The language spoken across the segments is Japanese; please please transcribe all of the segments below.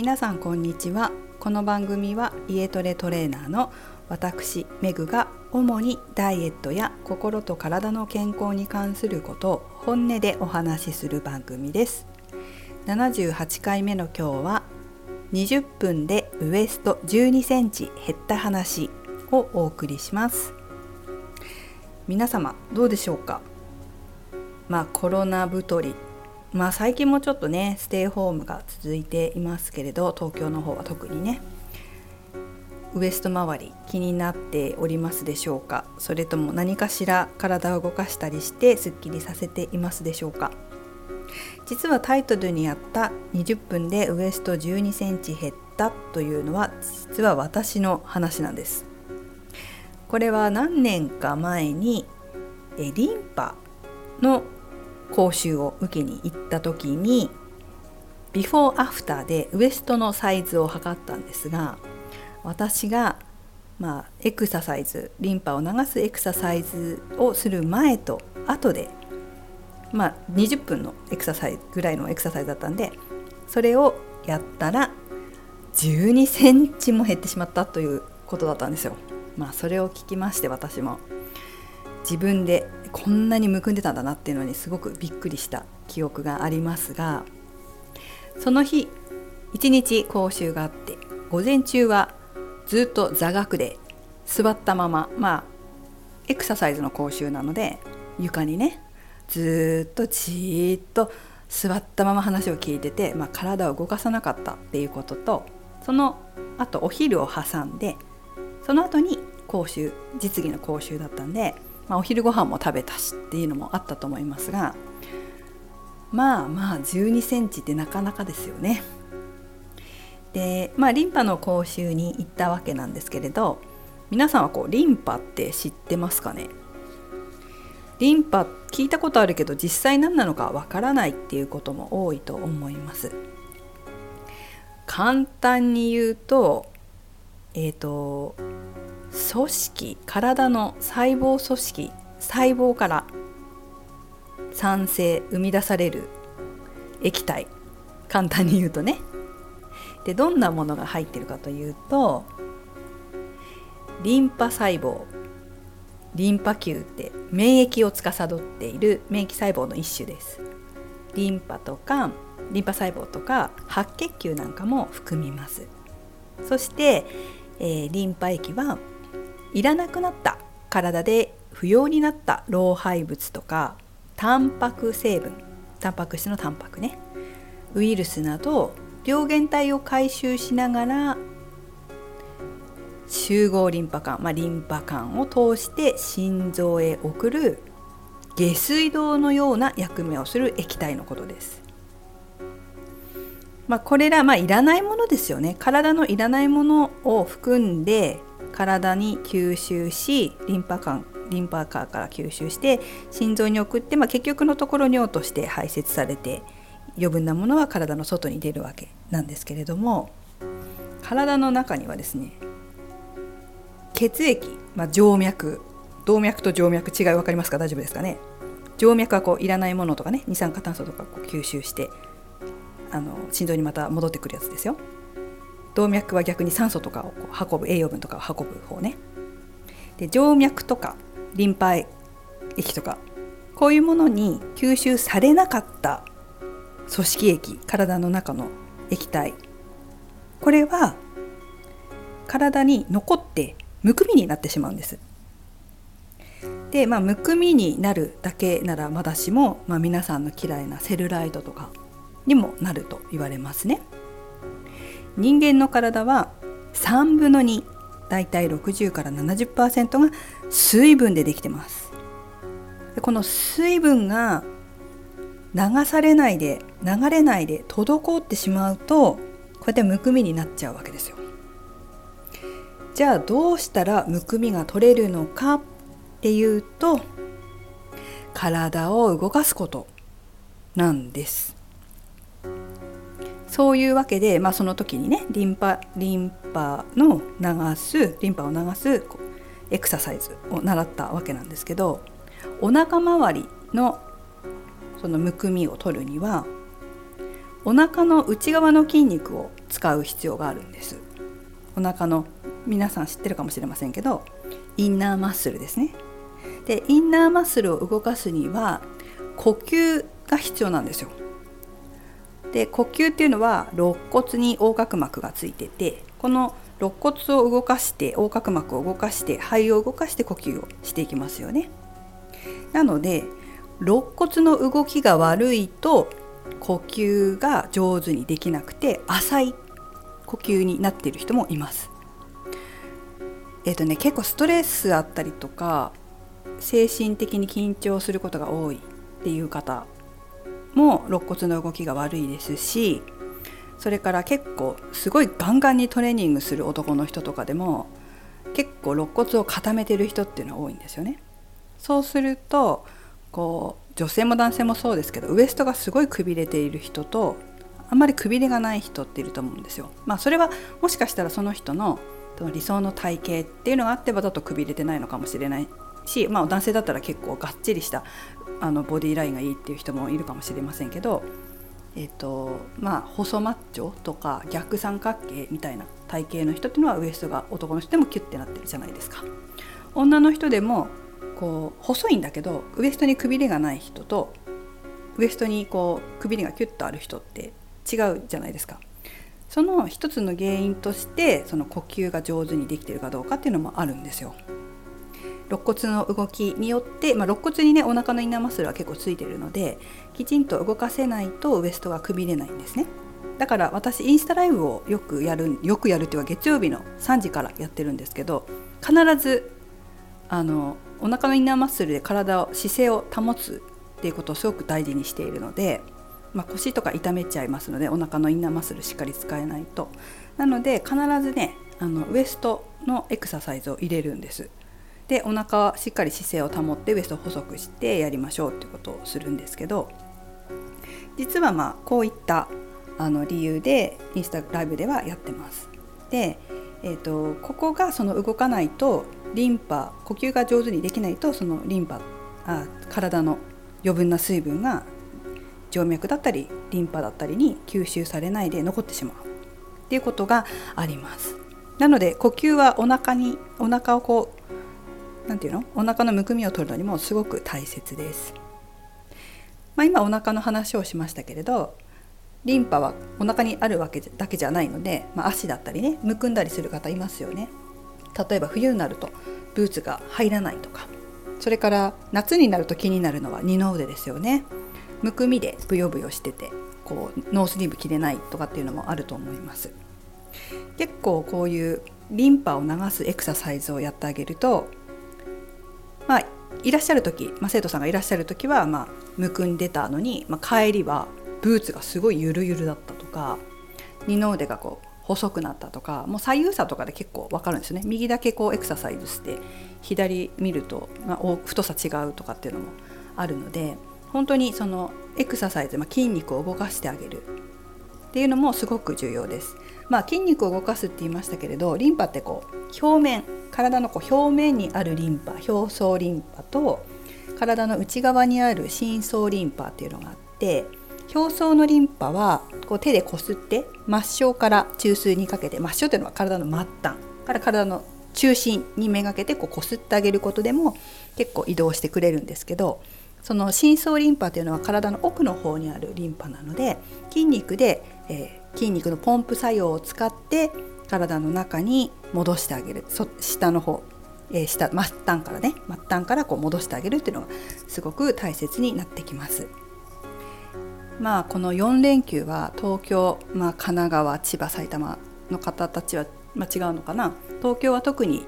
皆さんこんにちは。この番組は家トレトレーナーの私メグが主にダイエットや心と体の健康に関することを本音でお話しする番組です。78回目の今日は20分でウエスト12センチ減った話をお送りします。皆様どうでしょうか。コロナ太り、最近もちょっとねステイホームが続いていますけれど、東京の方は特にねウエスト周り気になっておりますでしょうか。それとも何かしら体を動かしたりしてすっきりさせていますでしょうか。実はタイトルにあった20分でウエスト12センチ減ったというのは実は私の話なんです。これは何年か前にリンパの講習を受けに行った時にビフォーアフターでウエストのサイズを測ったんですが、私がエクササイズ、リンパを流すエクササイズをする前と後で20分のエクササイズぐらいのエクササイズだったんで、それをやったら12センチも減ってしまったということだったんですよ。それを聞きまして、私も自分でこんなにむくんでたんだなっていうのにすごくびっくりした記憶がありますが、その日1日講習があって、午前中はずっと座学で座ったまま、エクササイズの講習なので床にねずっとじーっと座ったまま話を聞いてて、体を動かさなかったっていうことと、その後お昼を挟んで、その後に実技の講習だったんで、お昼ご飯も食べたしっていうのもあったと思いますが、12センチってなかなかですよね。で、リンパの講習に行ったわけなんですけれど、皆さんはリンパって知ってますかね。リンパ聞いたことあるけど実際何なのかわからないっていうことも多いと思います。簡単に言うと、組織、体の細胞組織、細胞から産生、生み出される液体、簡単に言うとね。で、どんなものが入っているかというと、リンパ細胞、リンパ球って免疫を司っている免疫細胞の一種です。リンパとかリンパ細胞とか白血球なんかも含みます。そして、リンパ液はいらなくなった、体で不要になった老廃物とかタンパク成分、タンパク質のタンパクね、ウイルスなど病原体を回収しながら集合リンパ管、リンパ管を通して心臓へ送る下水道のような役目をする液体のことです。これらいらないものですよね。体のいらないものを含んで体に吸収し、リンパ管から吸収して心臓に送って、結局のところ尿として排泄されて、余分なものは体の外に出るわけなんですけれども、体の中にはですね、血液、静脈、動脈と静脈違い分かりますか？大丈夫ですかね。静脈はいらないものとかね、二酸化炭素とか吸収して心臓にまた戻ってくるやつですよ。動脈は逆に酸素とかを運ぶ、栄養分とかを運ぶ方ね。で、静脈とかリンパ液とか、こういうものに吸収されなかった組織液、体の中の液体、これは体に残ってむくみになってしまうんです。で、むくみになるだけならまだしも、皆さんの嫌いなセルライトとかにもなると言われますね。人間の体は3分の2、だいたい60から 70% が水分でできてます。で、この水分が流れないで滞ってしまうと、こうやってむくみになっちゃうわけですよ。じゃあどうしたらむくみが取れるのかっていうと、体を動かすことなんです。そういうわけで、その時にね、リンパを流すエクササイズを習ったわけなんですけど、お腹周りのそのむくみを取るには、 お腹の内側の筋肉を使う必要があるんです。お腹の皆さん知ってるかもしれませんけど、インナーマッスルですね。でインナーマッスルを動かすには呼吸が必要なんですよ。で呼吸っていうのは肋骨に横隔膜がついてて、この肋骨を動かして横隔膜を動かして肺を動かして呼吸をしていきますよね。なので肋骨の動きが悪いと呼吸が上手にできなくて浅い呼吸になっている人もいます。結構ストレスあったりとか精神的に緊張することが多いっていう方も肋骨の動きが悪いですし、それから結構すごいガンガンにトレーニングする男の人とかでも結構肋骨を固めてる人っていうのは多いんですよね。そうすると女性も男性もそうですけど、ウエストがすごいくびれている人とあんまりくびれがない人っていると思うんですよ。それはもしかしたらその人の理想の体型っていうのがあってばだとくびれてないのかもしれないし、男性だったら結構がっちりしたボディラインがいいっていう人もいるかもしれませんけど、細マッチョとか逆三角形みたいな体型の人っていうのはウエストが男の人でもキュッてなってるじゃないですか。女の人でも細いんだけどウエストにくびれがない人とウエストにくびれがキュッとある人って違うじゃないですか。その一つの原因としてその呼吸が上手にできているかどうかっていうのもあるんですよ。肋骨の動きによって、肋骨にねお腹のインナーマッスルは結構ついているのできちんと動かせないとウエストがくびれないんですね。だから私インスタライブをよくやるっていうか月曜日の3時からやってるんですけど、必ずお腹のインナーマッスルで姿勢を保つっていうことをすごく大事にしているので、腰とか痛めちゃいますのでお腹のインナーマッスルしっかり使えないと。なので必ずねウエストのエクササイズを入れるんです。でお腹しっかり姿勢を保ってウエストを細くしてやりましょうっていうことをするんですけど、実はこういった理由でインスタライブではやってます。で、ここがその動かないとリンパ呼吸が上手にできないとそのリンパ体の余分な水分が静脈だったりリンパだったりに吸収されないで残ってしまうっていうことがあります。なので呼吸はお腹をお腹のむくみを取るのにもすごく大切です。今お腹の話をしましたけれど、リンパはお腹にあるわけだけじゃないので、足だったりねむくんだりする方いますよね。例えば冬になるとブーツが入らないとか、それから夏になると気になるのは二の腕ですよね。むくみでブヨブヨしててノースリーブ着れないとかっていうのもあると思います。結構こういうリンパを流すエクササイズをやってあげると、いらっしゃる時、生徒さんがいらっしゃる時はむくんでたのに、帰りはブーツがすごいゆるゆるだったとか、二の腕が細くなったとか、もう左右差とかで結構分かるんですよね。右だけエクササイズして左見ると、太さ違うとかっていうのもあるので、本当にそのエクササイズ、筋肉を動かしてあげるっていうのもすごく重要です。筋肉を動かすって言いましたけれど、リンパって体の表面にあるリンパ、表層リンパと体の内側にある深層リンパっていうのがあって、表層のリンパは手でこすって末梢から中枢にかけて、末梢というのは体の末端から体の中心にめがけてこすってあげることでも結構移動してくれるんですけど、その深層リンパというのは体の奥の方にあるリンパなので、筋肉のポンプ作用を使って体の中に戻してあげる。下の方、末端から戻してあげるっていうのがすごく大切になってきます。この4連休は東京、神奈川、千葉、埼玉の方たちは、違うのかな。東京は特に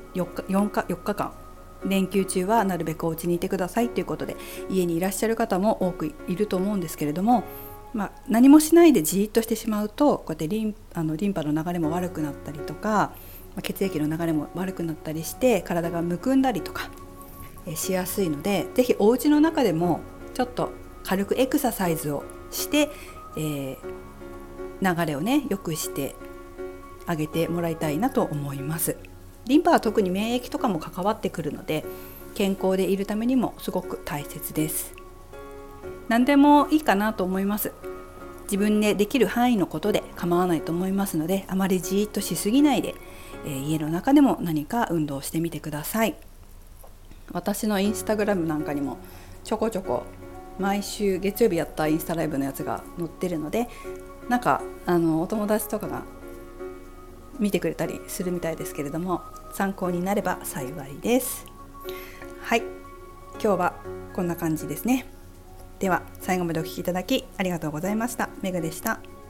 4日間連休中はなるべくお家にいてくださいということで家にいらっしゃる方も多くいると思うんですけれども、何もしないでじーっとしてしまうとこうやってリンパの流れも悪くなったりとか、血液の流れも悪くなったりして体がむくんだりとかしやすいので、ぜひお家の中でもちょっと軽くエクササイズをして、流れをね良くしてあげてもらいたいなと思います。リンパは特に免疫とかも関わってくるので健康でいるためにもすごく大切です。何でもいいかなと思います。 自分でできる範囲のことで構わないと思いますので、あまりじーっとしすぎないで、家の中でも何か運動してみてください。私のインスタグラムなんかにもちょこちょこ毎週月曜日やったインスタライブのやつが載ってるので、なんかお友達とかが見てくれたりするみたいですけれども、参考になれば幸いです。はい、今日はこんな感じですね。では最後までお聞きいただきありがとうございました。めぐでした。